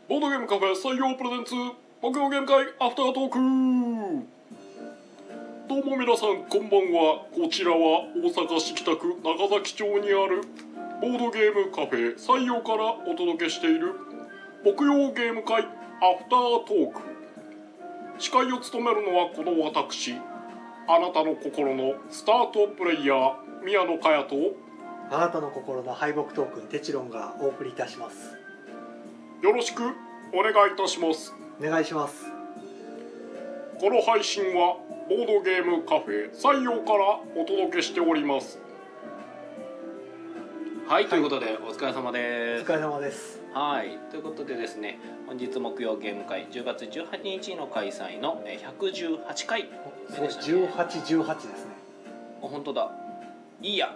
ボードゲームカフェ採用プレゼンツ木曜ゲーム会アフタートーク。どうも皆さんこんばんは。こちらは大阪市北区中崎町にあるボードゲームカフェ採用からお届けしている木曜ゲーム会アフタートーク。司会を務めるのはこの私、あなたの心のスタートプレイヤー宮野佳代と、 あなたの心の敗北トークンテチロンがお送りいたします。 よろしくお願いいたします。 お願いします。 この配信はボードゲームカフェ採用からお届けしております。はい、ということでお疲れ様です。 お疲れ様です。 はい、ということでですね、本日木曜ゲーム会10月18日の開催の118回目でしたね。 18ですね。 本当だ。いいや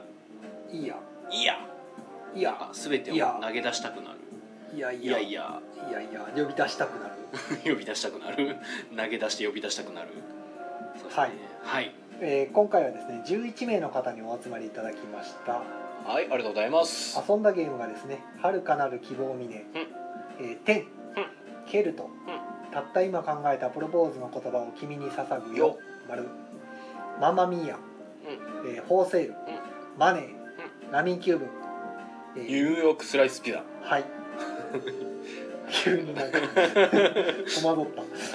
全てを投げ出したくなる。呼び出したくなる呼び出したくなる投げ出して呼び出したくなる。そうですね。はい、 今回はですね11名の方にお集まりいただきました。 はい、ありがとうございます。 遊んだゲームがですね、遥かなる希望峰、テン、ケルト、たった今考えたプロポーズの言葉を君に捧ぐよ、マンマミーヤ、フォーセール、マネー、ラミーキューブ、 ニューヨークスライスピザ。はい急になんか戸惑った。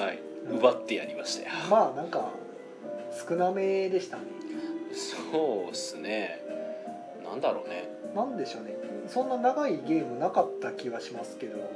はい、奪ってやりましたよ。 まあなんか少なめでしたね。 そうっすね。なんだろうね。 なんでしょうね。そんな長いゲームなかった気はしますけど。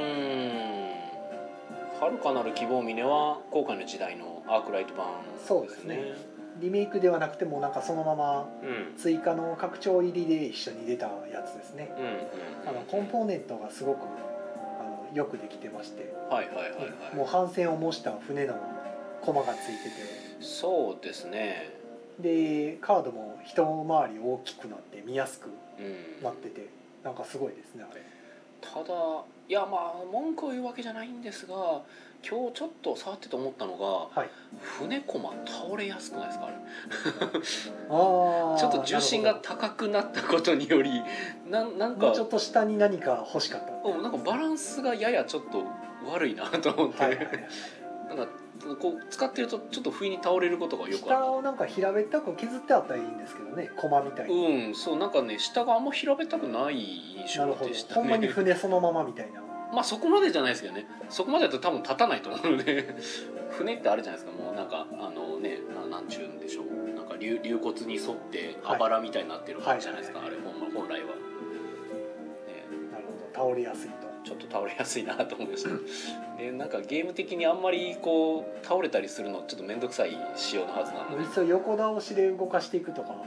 遥かなる希望峰は後悔の時代のアークライト版ですね。 そうですね。リメイクではなくてもなんかそのまま追加の拡張入りで一緒に出たやつですね。コンポーネントがすごくよくできてまして、もう帆船を模した船のコマがついてて、 そうですね。 でカードも一回り大きくなって見やすくなってて、なんかすごいですねあれ。 ただいや、まあ文句を言うわけじゃないんですが、今日ちょっと触ってて思ったのが、船コマ倒れやすくないですかあれちょっと重心が高くなったことによりなんかもうちょっと下に何か欲しかった。 なんかバランスがややちょっと悪いなと思って、なんかこう使ってるとちょっと不意に倒れることがよくある。 下をなんか平べったく削ってあったらいいんですけどね、コマみたいに。 そう、なんかね、下があんま平べったくない印象でしたね。 ほんまに船そのままみたいな。 まあそこまでじゃないですけどね。そこまでだと多分立たないと思うので船ってあるじゃないですか。もうなんかなんちゅうんでしょう、なんか竜骨に沿ってあばらみたいになってるわけじゃないですか、あれ本来は、ね、 なるほど、倒れやすいと。 ちょっと倒れやすいなと思いましたで、なんかゲーム的にあんまりこう倒れたりするのちょっと面倒くさい仕様のはずなので、 いっそ横倒しで動かしていくとか。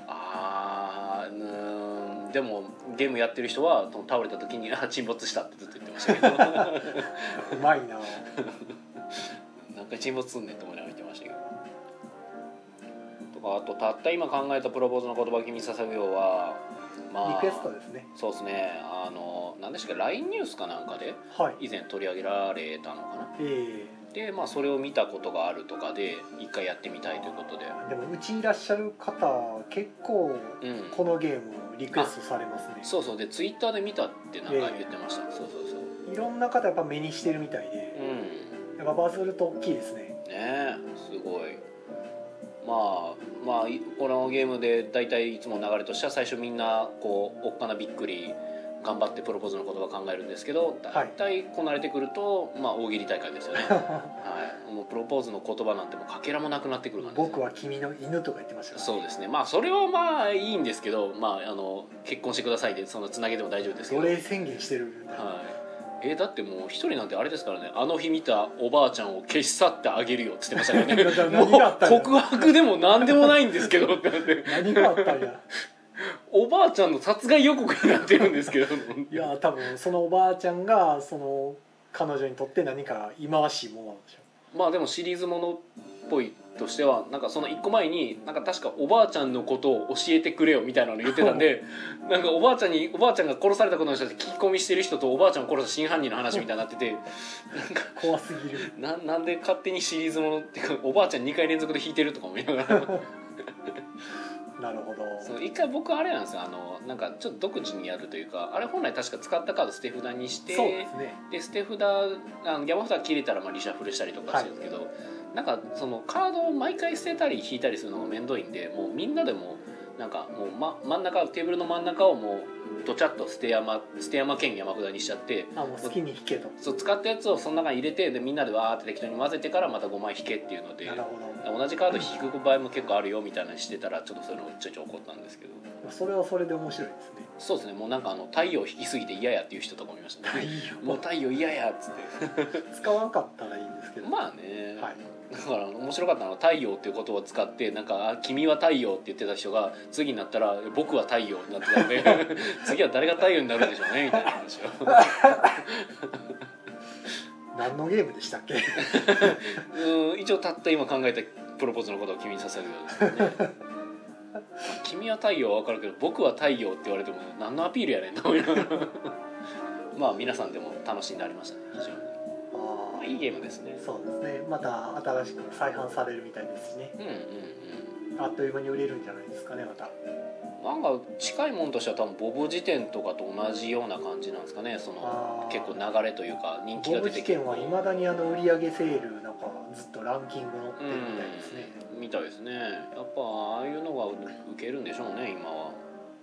でもゲームやってる人は倒れた時に沈没したってずっと言ってましたけどうまいななんか沈没すんねんと思いながら言ってましたけどとか、あとたった今考えたプロポーズの言葉を君に捧ぐようは、 リクエストですね。 そうですね。何でしたっけ、 LINE ニュースかなんかで以前取り上げられたのかな、で、まあ、それを見たことがあるとかで一回やってみたいということで。でもうちいらっしゃる方結構このゲームリクエストされますね。 そうでツイッターで見たってなんか言ってました、そういろんな方やっぱ目にしてるみたいで、やっぱバズると大きいですね。 ねえ、すごい。まあこのゲームで大体いつも流れとしては最初みんなこうおっかなびっくり頑張ってプロポーズの言葉考えるんですけど、大体こなれてくると、まあ、大喜利大会ですよねもうプロポーズの言葉なんてもうかけらもなくなってくる感じです。 僕は君の犬とか言ってましたから、 そうですね。まあそれはまあいいんですけど、まあ結婚してくださいでそのつなげても大丈夫ですけど。 奴隷宣言してるみたいな。 だってもう一人なんてあれですからね、あの日見たおばあちゃんを消し去ってあげるよって言ってましたからねもう告白でも何でもないんですけどって何があったんやおばあちゃんの殺害予告になってるんですけどいや多分そのおばあちゃんがその彼女にとって何か忌まわしいものなんでしょう。まあでもシリーズものっぽいとしてはなんかその1個前になんか確かおばあちゃんのことを教えてくれよみたいなの言ってたんでなんかおばあちゃんが殺されたことにして聞き込みしてる人とおばあちゃんを殺した真犯人の話みたいになっててなんか怖すぎるなんで勝手にシリーズものっていうかおばあちゃん2回連続で弾いてるとか思いながらなるほど。 そう一回僕あれなんですよ、なんかちょっと独自にやるというか、あれ本来確か使ったカード捨て札にして、 そうですね。 で捨て札山札切れたらまあリシャッフルしたりとかしてるんですけど、なんかそのカードを毎回捨てたり引いたりするのが面倒いんで、もうみんなでもなんかもう、真ん中テーブルの真ん中をもうドチャッと捨て山兼山札にしちゃって、 もう好きに引けと。 そう使ったやつをその中に入れて、でみんなでわーって適当に混ぜてからまた5枚引けっていうので、 なるほど。 同じカード引く場合も結構あるよみたいなのしてたら、ちょっとそれをちょいちょい怒ったんですけど、 それはそれで面白いですね。 そうですね、もうなんか太陽引きすぎて嫌やっていう人とかもいましたね。もう太陽嫌やっつって使わんかったらいいんですけど。 まあね、 はい、 だから面白かったのは太陽っていう言葉を使って、なんか君は太陽って言ってた人が次になったら僕は太陽になってたんで次は誰が太陽になるんでしょうねみたいな話を何のゲームでしたっけ一応たった今考えたプロポーズのことを君に捧げるようですね君は太陽は分かるけど僕は太陽って言われても何のアピールやねんと思いながらまあ皆さんでも楽しんでありましたね、非常に。いいゲームですね。 そうですね。また新しく再販されるみたいですしね。あっという間に売れるんじゃないですかね、また。 なんか近いものとしては多分ボブ辞典とかと同じような感じなんですかね。その結構流れというか人気が出てきて。ボブ辞典はいまだに売上セールなんかずっとランキング載ってるみたいですね。 みたいですね。やっぱああいうのが受けるんでしょうね今は。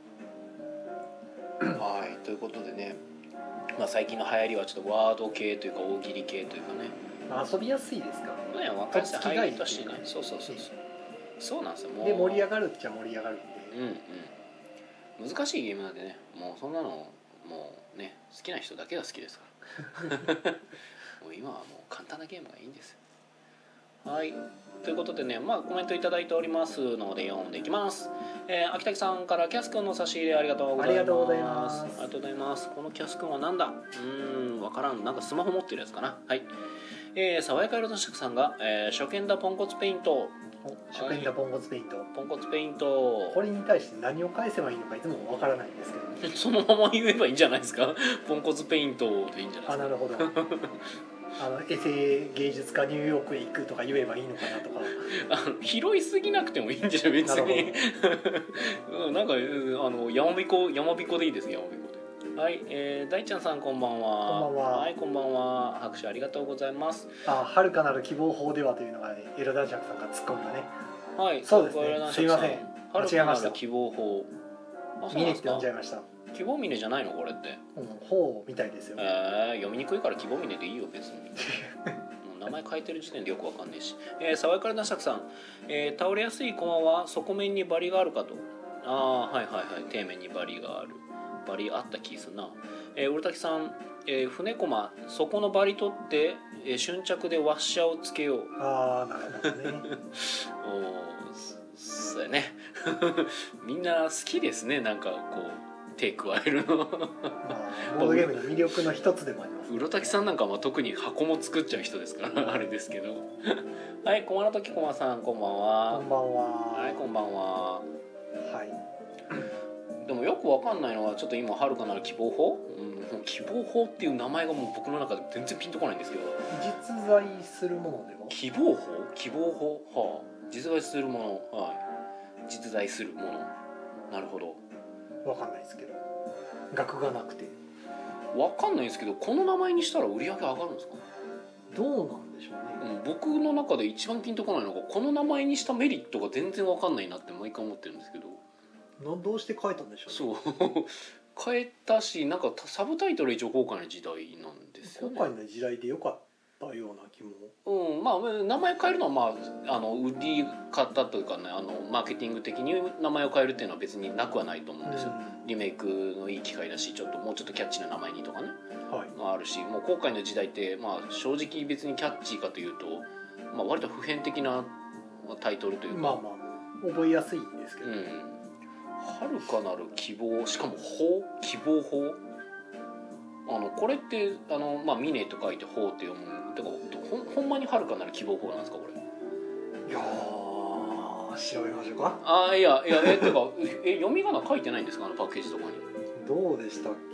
はいということでね。まあ、最近の流行りはちょっとワード系というか大喜利系というかね、 遊びやすいですからね、分かりやすい入りとしてね、そうなんですよ。もうで盛り上がるっちゃ盛り上がるんで、 難しいゲームなんでね、もうそんなのもうね好きな人だけが好きですからもう今はもう簡単なゲームがいいんですよ。はいということでね、まあコメントいただいておりますので読んでいきます。秋竹さんからキャス君の差し入れありがとうございます。ありがとうございます。このキャス君はなんだ、わからん、なんかスマホ持ってるやつかな。はい、爽やか色のシャクさんが、初見だポンコツペイント。 初見だポンコツペイント、 ポンコツペイント。 これに対して何を返せばいいのかいつもわからないんですけど、 そのまま言えばいいんじゃないですかポンコツペイントでいいんじゃないですか。 なるほどエセ芸術家ニューヨークへ行くとか言えばいいのかなとか拾いすぎなくてもいいんじゃない別になんか山彦でいいです。山彦で。はい、大ちゃんさんこんばんは。 こんばんは。 はいこんばんは。拍手ありがとうございます。 遥かなる希望法ではというのがね、エロダジャクさんが突っ込んだね。 はいそうですね、すいません間違えました。 希望法峰って呼んじゃいました。 希望峰じゃないのこれって。 法みたいですよ。 読みにくいから希望峰でいいよ別に名前書いてる時点でよくわかんないし。爽やかなシャクさん、倒れやすい駒は底面にバリがあるかと。はい底面にバリがある。バリあった気するな。ウルタキさん、船駒底のバリ取って、瞬着でワッシャーをつけよう。 なるほどねそうやねみんな好きですね、なんかこう手加えるのボードゲームの魅力の一つでもあります、ね、 浦滝さんなんかは特に箱も作っちゃう人ですからあれですけどはい駒の時駒さんこんばんは。 こんばんは。 はいこんばんは。 はいでもよくわかんないのはちょっと今遥かなる希望法、希望法っていう名前がもう僕の中で全然ピンとこないんですけど、 実在するものでは希望法はあ、実在するもの、はい、実在するもの、なるほど。 わかんないですけど、額がなくてわかんないですけど、この名前にしたら売り上げ上がるんですかね。 どうなんでしょうね、 僕の中で一番ピンとこないのがこの名前にしたメリットが全然わかんないなって毎回思ってるんですけど、 どうして変えたんでしょうね。 そう変えたし、なんかサブタイトル一応後悔の時代なんですよね。 後悔の時代でよかったような気も。 まあ名前変えるのは売り方というかね、マーケティング的に名前を変えるっていうのは別になくはないと思うんですよ。リメイクのいい機会だし、もうちょっとキャッチーな名前にとかね、あるし、もう後悔の時代って、正直別にキャッチーかというと、割と普遍的なタイトルというか、 覚えやすいですけど、 遥かなる希望、しかも希望法、これって峰と書いて法って読む。てかほんまに遥かなる希望法なんですかこれ。 いや調べましょうか。 いやてか読み仮名書いてないんですか、パッケージとかに。 どうでしたっけ。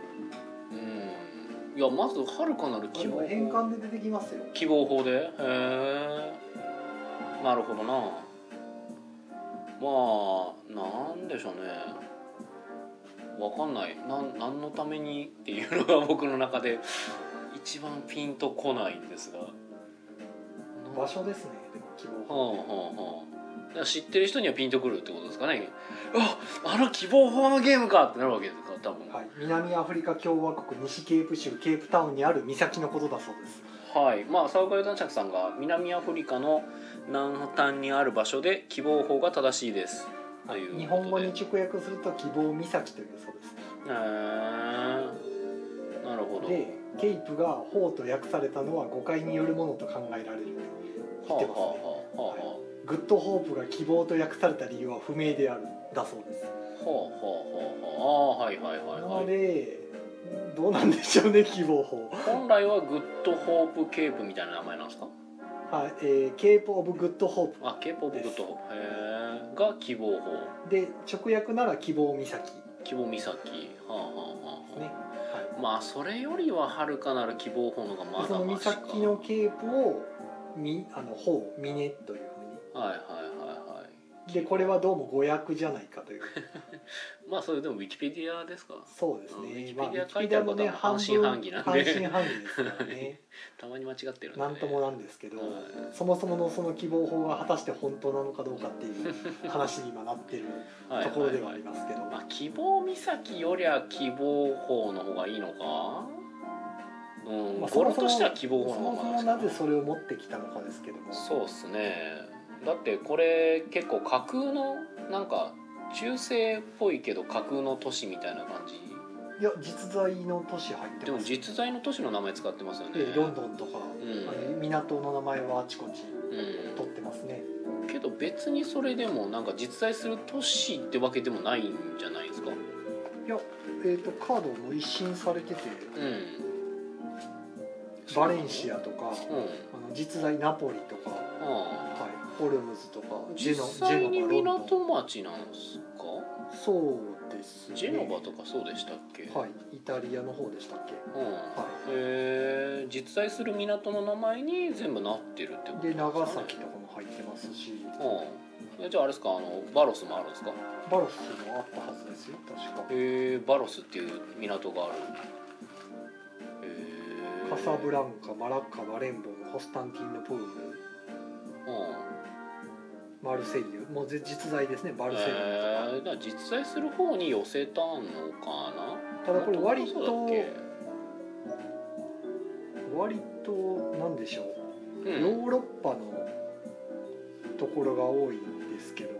いやまず遥かなる希望法、 変換で出てきますよ、 希望法で。なるほどな。 まあなんでしょうね、わかんない、何のためにっていうのが僕の中で一番ピンとこないんですが、 場所ですね。でも希望法、だから知ってる人にはピンとくるってことですかね。あの希望法のゲームかってなるわけですか多分、 はい、南アフリカ共和国西ケープ州ケープタウンにある岬のことだそうです。 はい、まあサウカヨ男爵さんが南アフリカの南端にある場所で希望法が正しいです、 はい、 ということで日本語に直訳すると希望岬というそうです。 なるほど。 でケープが法と訳されたのは誤解によるものと考えられると言ってますね。グッドホープが希望と訳された理由は不明であるだそうです。 はいはいはいなはい。 のでどうなんでしょうね希望法。 本来はグッドホープケープみたいな名前なんですか。 はい、ケープオブグッドホープ。 あ、ケープオブグッドホープ。へえ。が希望法。 で直訳なら希望岬。 希望岬。ね。 はい、 まあそれよりははるかなる希望法のがまだマシか。 その岬のケープを法峰というふうに。 はいはいはいはい。 でこれはどうも誤訳じゃないかという。 まあそれでもウィキペディアですか。 そうですね。 ウィキペディア書いてあることは半信半疑なんで。 半信半疑ですからね。 たまに間違ってるんで、ね。 なんともなんですけど、そもそものその希望法が果たして本当なのかどうかっていう話に今なってるところではありますけど。 まあ希望岬よりは希望法の方がいいのか。まあ、語呂としては希望法の方がそもそもなぜそれを持ってきたのかですけども。 そうですね。だってこれ結構架空のなんか中世っぽいけど架空の都市みたいな感じ。 いや実在の都市入ってます。 でも実在の都市の名前使ってますよね。 ロンドンとか、港の名前はあちこち取ってますね。 けど別にそれでもなんか実在する都市ってわけでもないんじゃないですか。 いや、カードも一新されてて、バレンシアとか、実在ナポリとか、ホルムズとか実際に港町なんですか。 そうですね。 ジェノバとかそうでしたっけ。 はい、イタリアの方でしたっけ。 実在する港の名前に全部なってるってことですかね。 で長崎とかも入ってますし、 じゃああれですか、バロスもあるんですか。 バロスもあったはずですよ確か。 バロスっていう港がある。 カサブランカ、マラッカ、バレンボン、コスタンティンノプール、マルセイユ、もう実在ですね。バルセロナとか。 実在する方に寄せたのかな。 ただこれ割となんでしょう、ヨーロッパのところが多いんですけど、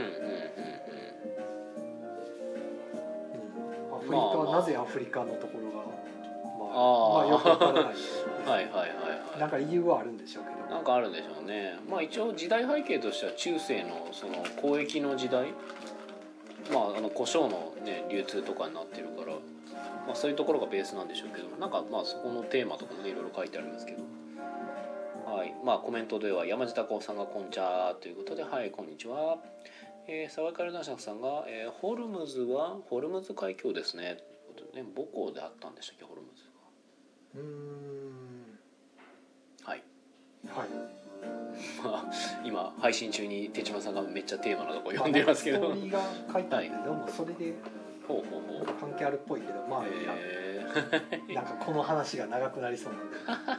アフリカ、なぜアフリカのところがまあよくわからないですなんか理由はあるんでしょうけど。 なんかあるんでしょうね。まあ一応時代背景としては中世のその交易の時代、胡椒のね流通とかになってるから、まあそういうところがベースなんでしょうけど、なんかまあそこのテーマとかもねいろいろ書いてあるんですけど、はい、まあコメントでは山地孝さんがこんちゃということで、はいこんにちは。沢井カルナシャクさんが、ホルムズはホルムズ海峡ですね。ということでね、母港であったんでしたっけホルムズが。はいはい。 まあ今配信中に手島さんがめっちゃテーマのとこ読んでますけど、 ストーリーが書いてあって、でもそれで関係あるっぽいけど、まあなんかこの話が長くなりそうなんで。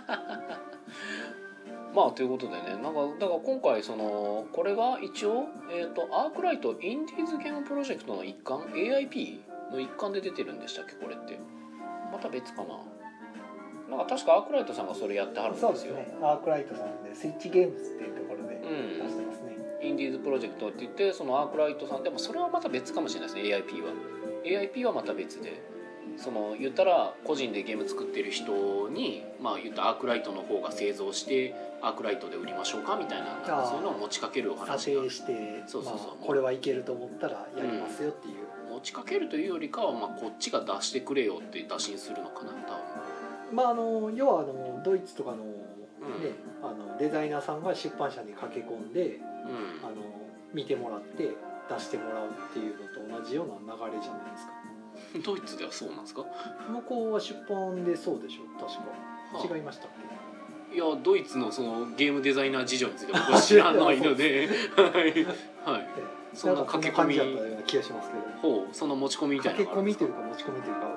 まあということでね、なんかだから今回そのこれが一応アークライトインディーズゲームプロジェクトの一環 AIP の一環で出てるんでしたっけこれって。また別かな。なんか確かアークライトさんがそれやってはるんですよ。 そうですね。アークライトさんでスイッチゲームズっていうところで出してますね。 インディーズプロジェクトって言ってそのアークライトさんでもそれはまた別かもしれないですね。 AIP はまた別で、その言ったら個人でゲーム作ってる人にまあ言ったアークライトの方が製造してアークライトで売りましょうかみたいな、そういうのを持ちかけるお話が査定して、これはいけると思ったらやりますよっていう、 持ちかけるというよりかは、まあ、こっちが出してくれよって打診するのかな多分。 まあ要はドイツとかの、デザイナーさんが出版社に駆け込んで、見てもらって出してもらうっていうのと同じような流れじゃないですか。 ドイツではそうなんですか。 向こうは出版でそうでしょ確か。違いましたっけ。いやドイツのそのゲームデザイナー事情について僕は知らないのではい、 そんな駆け込みだったような気がしますけど。 ほう、その持ち込みみたいなのがあるんですか。 駆け込みというか持ち込みというか、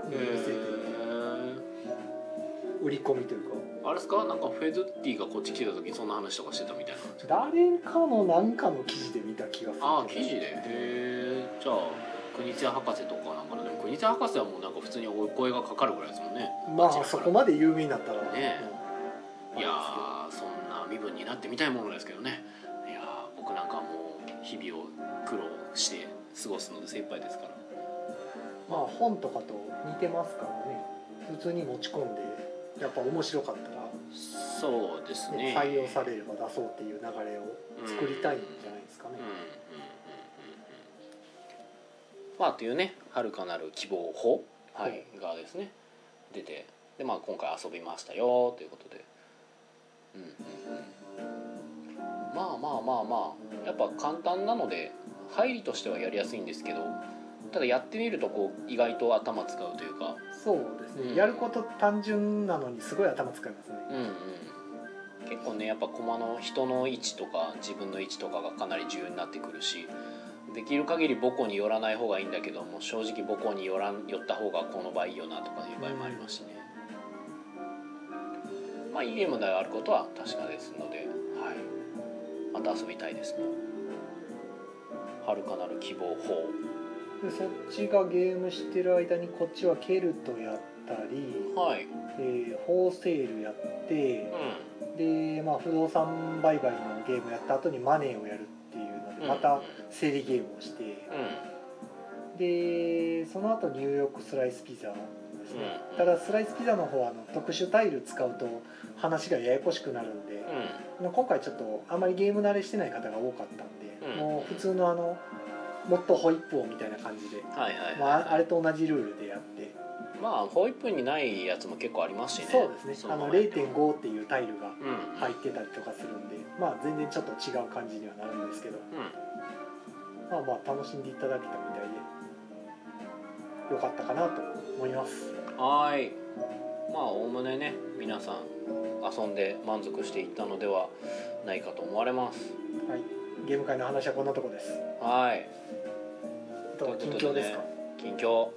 売り込みというか。 あれですか、なんかフェズッティがこっち来てた時にそんな話とかしてたみたいな。 誰かのなんかの記事で見た気がする。 ああ、記事で。へえ。じゃあ国津屋博士とかなんかでも、国津屋博士はもうなんか普通にお声がかかるぐらいですもんね。 まあそこまで有名になったらね。いやー、そんな身分になってみたいものですけどね。いやー、僕なんかもう日々を苦労して過ごすので精一杯ですから。 まあ本とかと似てますからね。普通に持ち込んでやっぱ面白かったら、 そうですね、 採用されれば出そうっていう流れを作りたいんじゃないですかね。 まあというね、遥かなる希望法、はい、がですね出て、でまあ今回遊びましたよということで、まあやっぱ簡単なので入りとしてはやりやすいんですけど、ただやってみるとこう意外と頭使うというか。 そうですね、やること単純なのにすごい頭使いますね。 結構ね、やっぱ駒の人の位置とか自分の位置とかがかなり重要になってくるし、できる限り母校に寄らない方がいいんだけども、正直母校に寄った方がこの場合いいよなとかいう場合もありますしね。まあいいゲームであることは確かですので、はい、また遊びたいですね。遥かなる希望法でそっちがゲームしてる間にこっちはケルトやったり、 はい、 フォーセールやって、でまあ、不動産売買のゲームやった後にマネーをやるっていうのでまた整理ゲームをして、でその後ニューヨークスライスピザですね。ただスライスピザの方は特殊タイル使うと話がややこしくなるんで、今回ちょっとあまりゲーム慣れしてない方が多かったんで、もう普通のもっとホイップをみたいな感じで、あれと同じルールでやって、 まあホイップにないやつも結構ありますしね。 そうですね、0.5 っていうタイルが入ってたりとかするんで、まあ全然ちょっと違う感じにはなるんですけど、まあ楽しんでいただけたみたいでよかったかなと思います。 はい、まあおおむねね皆さん遊んで満足していったのではないかと思われます。 はい、ゲーム会の話はこんなとこです。 はい。 近況ですか？ 近況。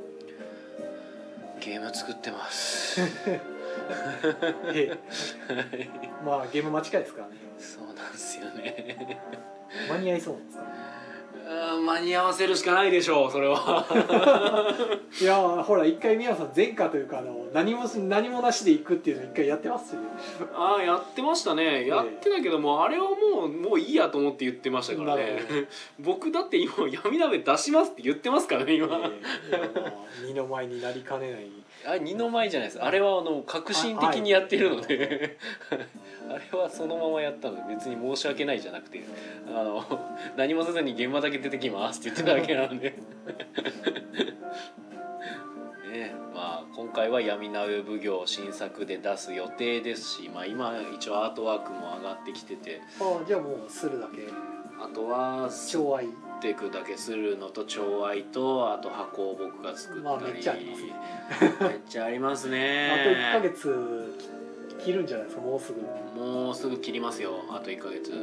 ゲーム作ってます。 まあゲーム間違いですからね。 そうなんですよね。 間に合いそうなんですか？ 間に合わせるしかないでしょう、それは。 いやほら一回宮さん前科というか何もなしで行くっていうのを一回やってますよね。 ああやってましたね。やってたけども、あれはもういいやと思って言ってましたからね。僕だって今闇鍋出しますって言ってますからね今。 二の舞になりかねない。 あれ二の舞じゃないです。あれは革新的にやってるので、あれはそのままやったので別に申し訳ないじゃなくて、何もせずに現場だけ出てきますって言ってただけなので。ね、まあ今回は闇鍋奉行新作で出す予定ですし、まあ今一応アートワークも上がってきてて、 じゃあもうするだけ。 あとは調愛っていくだけするのと調愛と、あと箱を僕が作ったり、 めっちゃありますね。 めっちゃありますね。 あと1ヶ月切るんじゃないですか。もうすぐ切りますよ。あと1ヶ月、はい。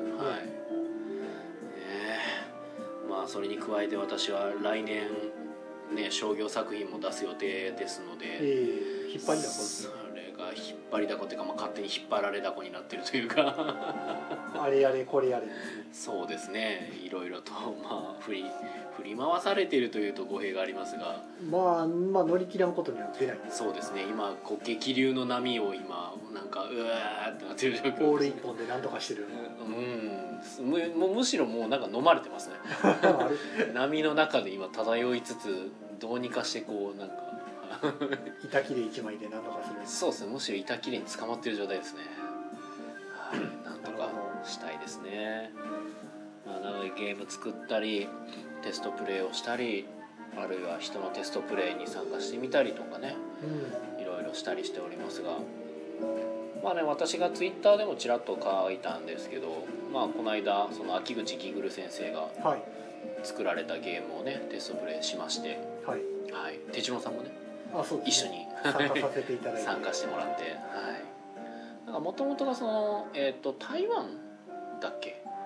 まあそれに加えて私は来年ね商業作品も出す予定ですので、 引っ張りだこ。 それが引っ張りだこっていうか、まあ、勝手に引っ張られだこになってるというかあれやれこれやれですね。 そうですね、いろいろとまあ振り回されているというと語弊がありますが、 まあ乗り切らんことには出ない。 そうですね、今激流の波を今なんかうわーってなってる状況。 ボール一本で何とかしてる。 むしろもうなんか飲まれてますね。波の中で今漂いつつどうにかしてこうなんか板切れ一枚で何とかする。 そうですね、むしろ板切れに捕まってる状態ですね。なんとかしたいですね。なのでゲーム作ったりテストプレイをしたり、あるいは人のテストプレイに参加してみたりとかね、いろいろしたりしておりますが、まあね、私がツイッターでもちらっと書いたんですけど、まあこの間その秋口ギグル先生が作られたゲームをねテストプレイしまして、手順さんもね一緒に参加させていただいて参加してもらって、なんか元々がその台湾だっけ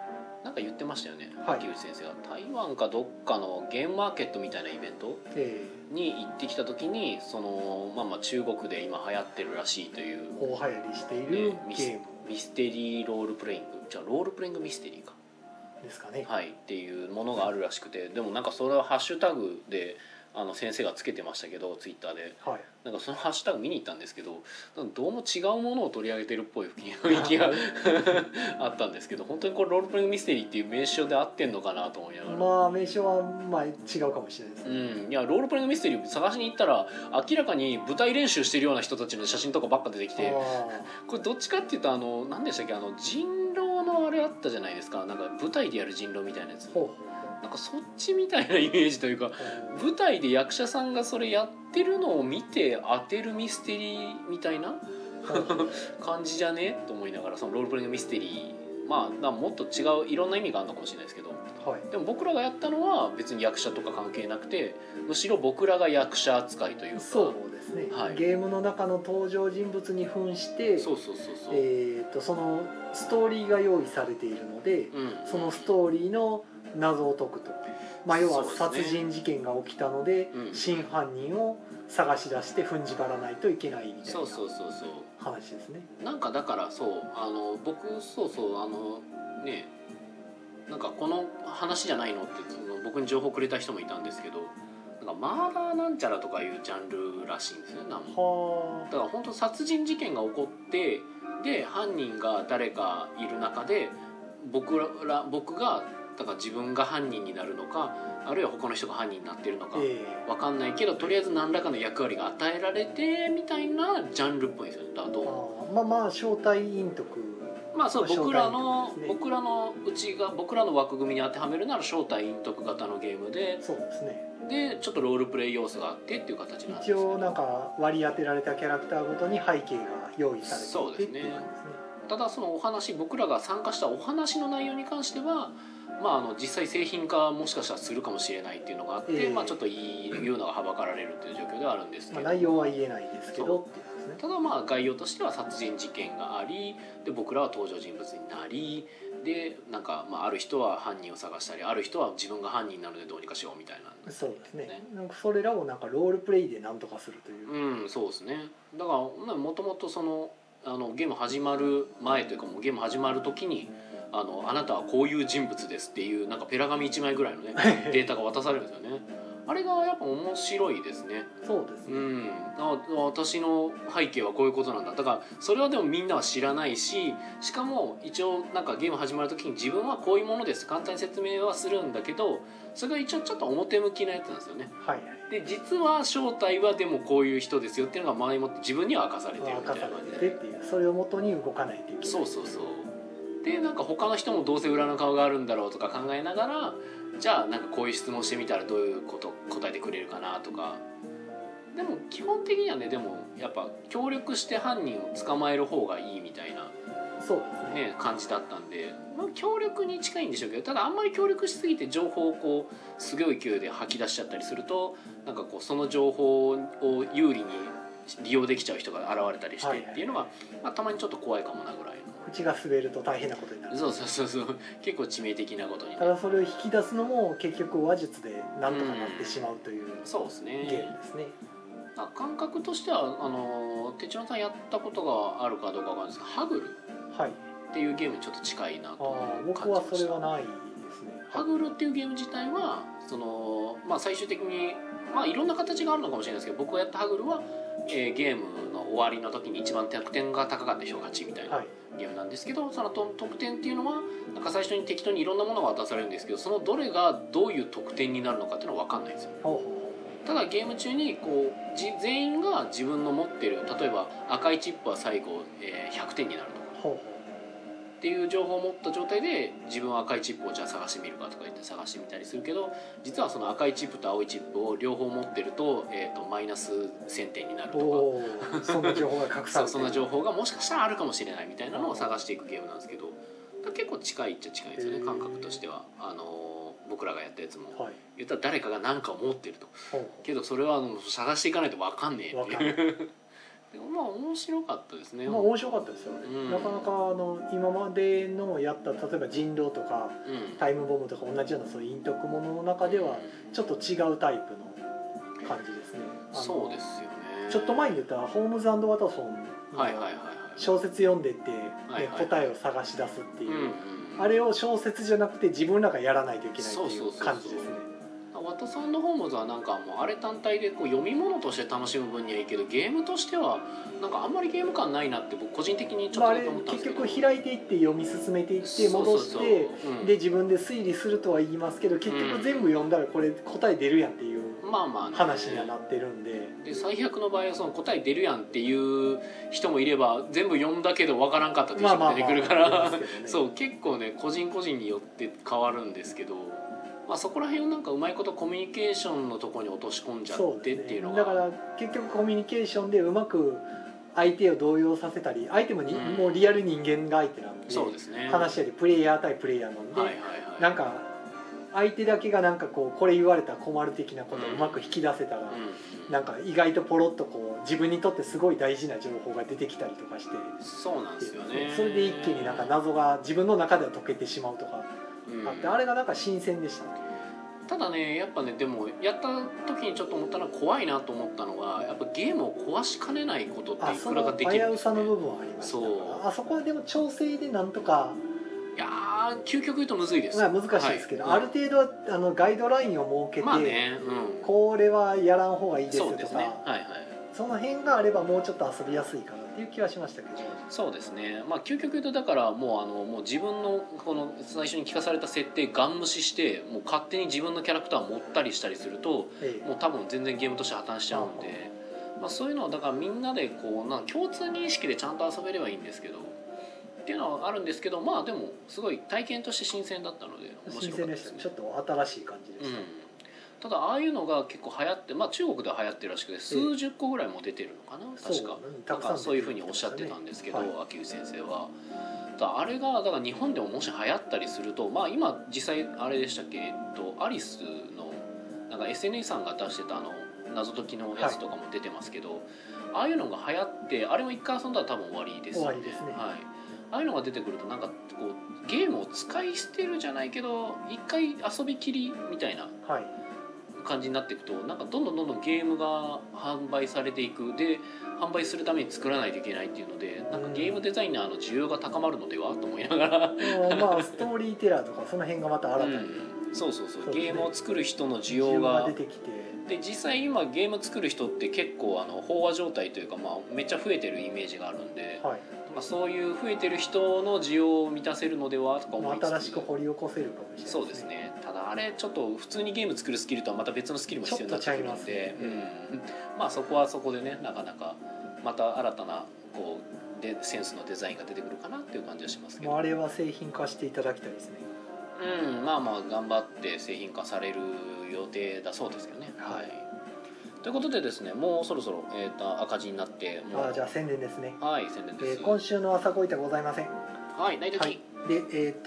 なんか言ってましたよね、秋口先生が台湾かどっかのゲームマーケットみたいなイベントに行ってきた時にその、中国で今流行ってるらしいという大流行りしているゲーム、 ミステリーロールプレイングじゃあロールプレイングミステリーかですかね、 はい、っていうものがあるらしくて、でもなんかそれはハッシュタグで先生がつけてましたけどツイッターで、 はい、 なんかそのハッシュタグ見に行ったんですけどどうも違うものを取り上げてるっぽい雰囲気があったんですけど、本当にこれロールプレイングミステリーっていう名称で合ってんのかなと思いながら、 名称は違うかもしれないですね、 いやロールプレイングミステリー探しに行ったら明らかに舞台練習してるような人たちの写真とかばっか出てきて、これどっちかっていうと何でしたっけ人狼のあれあったじゃないですか、なんか舞台でやる人狼みたいなやつ、なんかそっちみたいなイメージというか、舞台で役者さんがそれやってるのを見て当てるミステリーみたいな感じじゃねと思いながら、そのロールプレイングミステリーもっと違ういろんな意味があるのかもしれないですけど、でも僕らがやったのは別に役者とか関係なくて、むしろ僕らが役者扱いというか、 そうですね、ゲームの中の登場人物に扮してそのストーリーが用意されているので、そのストーリーの謎を解くと、要は殺人事件が起きたので、真犯人を探し出して踏んじばらないといけないみたいな話ですね。 なんかだから僕ね、なんかこの話じゃないのって僕に情報くれた人もいたんですけど、なんかマーダーなんちゃらとかいうジャンルらしいんですよね。だから本当殺人事件が起こってで犯人が誰かいる中で僕がだから自分が犯人になるのか、あるいは他の人が犯人になってるのか分かんないけど、とりあえず何らかの役割が与えられてみたいなジャンルっぽいんですよね。だからどうも招待陰徳、 そう僕らの枠組みに当てはめるなら招待陰徳型のゲームで、 そうですね。 でちょっとロールプレイ要素があってっていう形なんですよね。 一応なんか割り当てられたキャラクターごとに背景が用意されていて、 そうですね。ただそのお話、僕らが参加したお話の内容に関しては実際製品化もしかしたらするかもしれないっていうのがあって、ちょっと言うのがはばかられるという状況ではあるんですけど、 内容は言えないですけど、 ただ概要としては殺人事件がありで、僕らは登場人物になりで、なんかある人は犯人を探したり、ある人は自分が犯人なのでどうにかしようみたいな、 そうですね。なんかそれらをなんかロールプレイで何とかするという、 そうですね。だからもともとゲーム始まる前というか、もうゲーム始まる時にあなたはこういう人物ですっていうなんかペラ紙1枚ぐらいのねデータが渡されるんですよね。あれがやっぱ面白いですね。 そうですね。 私の背景はこういうことなんだ。だからそれはでもみんなは知らないし、しかも一応なんかゲーム始まる時に自分はこういうものです簡単に説明はするんだけど、それが一応ちょっと表向きなやつなんですよね。で実は正体はでもこういう人ですよっていうのが前もって自分には明かされてるみたいな感じで、 それを元に動かないといけない。 そうでなんか他の人もどうせ裏の顔があるんだろうとか考えながら、じゃあなんかこういう質問してみたらどういうこと答えてくれるかなとか。でも基本的にはね、でもやっぱ協力して犯人を捕まえる方がいいみたいな、 そうですね、 感じだったんで、協力に近いんでしょうけど、ただあんまり協力しすぎて情報をこうすごい勢いで吐き出しちゃったりすると、なんかこうその情報を有利に利用できちゃう人が現れたりしてっていうのが、たまにちょっと怖いかもなぐらいの。 口が滑ると大変なことになる。 そう結構致命的なことに、 ただそれを引き出すのも結局話術でなんとかなってしまうという、 そうですね、 ゲームですね。 感覚としては手帳さんやったことがあるかどうかわかんないですけど、ハグルっていうゲームにちょっと近いなと感じました。 僕はそれはないですね。 ハグルっていうゲーム自体は最終的にいろんな形があるのかもしれないですけど、僕がやったハグルは、ゲームの終わりの時に一番得点が高かった人が勝ちみたいなゲームなんですけど、その得点っていうのはなんか最初に適当にいろんなものが渡されるんですけど、そのどれがどういう得点になるのかっていうのは分かんないんですよ。ただゲーム中にこう全員が自分の持ってる、例えば赤いチップは最後、100点になるとかっていう情報を持った状態で自分は赤いチップをじゃあ探してみるかとか言って探してみたりするけど、実はその赤いチップと青いチップを両方持ってると、マイナス1000点になるとか、そんな情報が隠されてるそんな情報がもしかしたらあるかもしれないみたいなのを探していくゲームなんですけど、結構近いっちゃ近いですよね、感覚としては。僕らがやったやつも、言ったら誰かが何かを持ってると、けどそれは探していかないと分かんねえっていうっまあ面白かったですね。 まあ面白かったですよね、なかなか今までのやった例えば人狼とか、タイムボムとか同じようなそういう陰徳ものの中ではちょっと違うタイプの感じですね。 そうですよね。 ちょっと前に言ったホームズ&ワトソンの小説読んでて、答えを探し出すっていう、あれを小説じゃなくて自分らがやらないといけないっていう感じですね。 ワトソンのホームズはなんかもうあれ単体でこう読み物として楽しむ分にはいいけど、ゲームとしてはなんかあんまりゲーム感ないなって僕個人的にちょっとだけ思ったんですけど、 結局開いていって読み進めていって戻してで自分で推理するとは言いますけど、結局全部読んだらこれ答え出るやんっていう話にはなってるんで、 で最悪の場合はその答え出るやんっていう人もいれば、全部読んだけど分からんかったって人も出てくるからそう結構ね個人個人によって変わるんですけど、まあ、そこら辺をなんかうまいことコミュニケーションのところに落とし込んじゃってっていうのが、 だから結局コミュニケーションでうまく相手を動揺させたり、相手ももうリアル人間が相手なんで、 そうですね、 話し合いでプレイヤー対プレイヤーなんで、なんか相手だけがなんかこれ言われたら困る的なことをうまく引き出せたら、なんか意外とポロッと自分にとってすごい大事な情報が出てきたりとかして、 そうなんですよね。 それで一気になんか謎が自分の中では解けてしまうとかあって、あれがなんか新鮮でしたね。 ただねやっぱね、でもやった時にちょっと思ったのは怖いなと思ったのが、やっぱゲームを壊しかねないことっていくらができるんですよね。 危うさの部分はありますね。あそこはでも調整でなんとか、 いや究極言うとむずいです。 難しいですけど、ある程度はガイドラインを設けて、これはやらん方がいいですよとか、その辺があればもうちょっと遊びやすいかなっていう気はしましたけど。 そうですね、まあ究極言うとだからもう自分のこの最初に聞かされた設定ガン無視してもう勝手に自分のキャラクターを持ったりしたりすると、もう多分全然ゲームとして破綻しちゃうんで、まあ、そういうのをだからみんなで共通認識でちゃんと遊べればいいんですけどっていうのはあるんですけど、まあでもすごい体験として新鮮だったので面白かったですね。 ちょっと新しい感じでした、 ただああいうのが結構流行って、まあ、中国では流行ってるらしくて数十個ぐらいも出てるのかな、確かなんかそういうふうにおっしゃってたんですけど、秋内先生は。あれがだから日本でももし流行ったりすると、まあ今実際あれでしたっけ、アリスのなんか SNE さんが出してた謎解きのやつとかも出てますけど、ああいうのが流行ってあれも一回遊んだら多分終わりですよね。ああいうのが出てくるとなんかゲームを使い捨てるじゃないけど一回遊びきりみたいな感じになっていくと、なんかどんどんゲームが販売されていく、で販売するために作らないといけないっていうので、なんかゲームデザイナーの需要が高まるのではと思いながらまあストーリーテラーとかその辺がまた新たに、 そうゲームを作る人の需要が出てきて、 で実際今ゲーム作る人って結構飽和状態というか、まあ、めっちゃ増えてるイメージがあるんで、そういう増えてる人の需要を満たせるのではとか思いつつ、 新しく掘り起こせるかもしれないですね。 そうですね。ただあれちょっと普通にゲーム作るスキルとはまた別のスキルも必要になってくるので、まあそこはそこでね、なかなかまた新たなセンスのデザインが出てくるかなっていう感じはしますけど、 あれは製品化していただきたいですね。 まあ頑張って製品化される予定だそうですけどね。ということでですね、もうそろそろ、赤字になってじゃあ宣伝ですね。 宣伝です。 今週の朝ごいたございません。 ない時。 で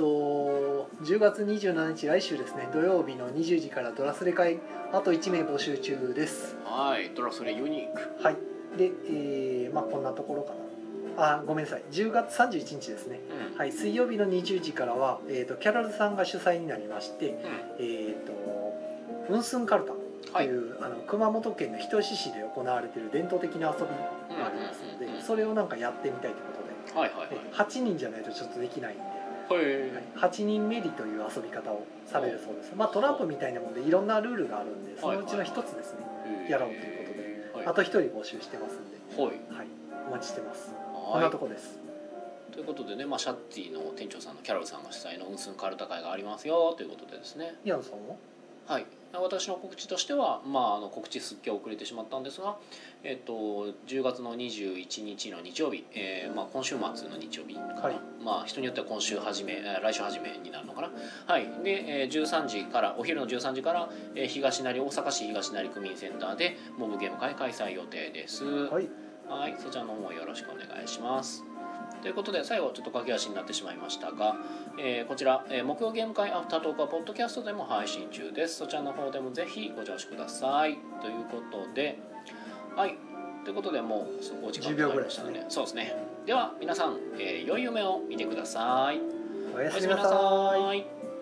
10月27日来週ですね、土曜日の20時からドラスレ会あと1名募集中です。 ドラスレユニーク。 で、まあこんなところかな。ごめんなさい、10月31日ですね、水曜日の20時からは、キャロルさんが主催になりまして、ウンスンカルタという、熊本県の人志市で行われている伝統的な遊びがありますので、それをなんかやってみたいということで、8人じゃないとちょっとできないんで、8人メリという遊び方をされるそうです。まあトランプみたいなものでいろんなルールがあるんで、そのうちの一つですね、やろうということで、あと1人募集してますんで、お待ちしてます。こんなとこです。 ということでね、シャッティの店長さんのキャロルさんが主催のウンスンカルタ会がありますよということでですね。 宮野さんも？ 私の告知としては、告知すっげえ遅れてしまったんですが、10月の21日の日曜日、今週末の日曜日かな、人によっては今週初め、来週初めになるのかな。で、13時からお昼の13時から、大阪市東成区民センターでモブゲーム会開催予定です。そちらの方もよろしくお願いします。ということで最後ちょっと駆け足になってしまいましたが、こちら、木曜ゲーム会アフタートークはポッドキャストでも配信中です。そちらの方でもぜひご乗車ください。ということで、 ということでもうお時間になりましたので、そうですね。では皆さん、良い夢を見てください。 おやすみなさい。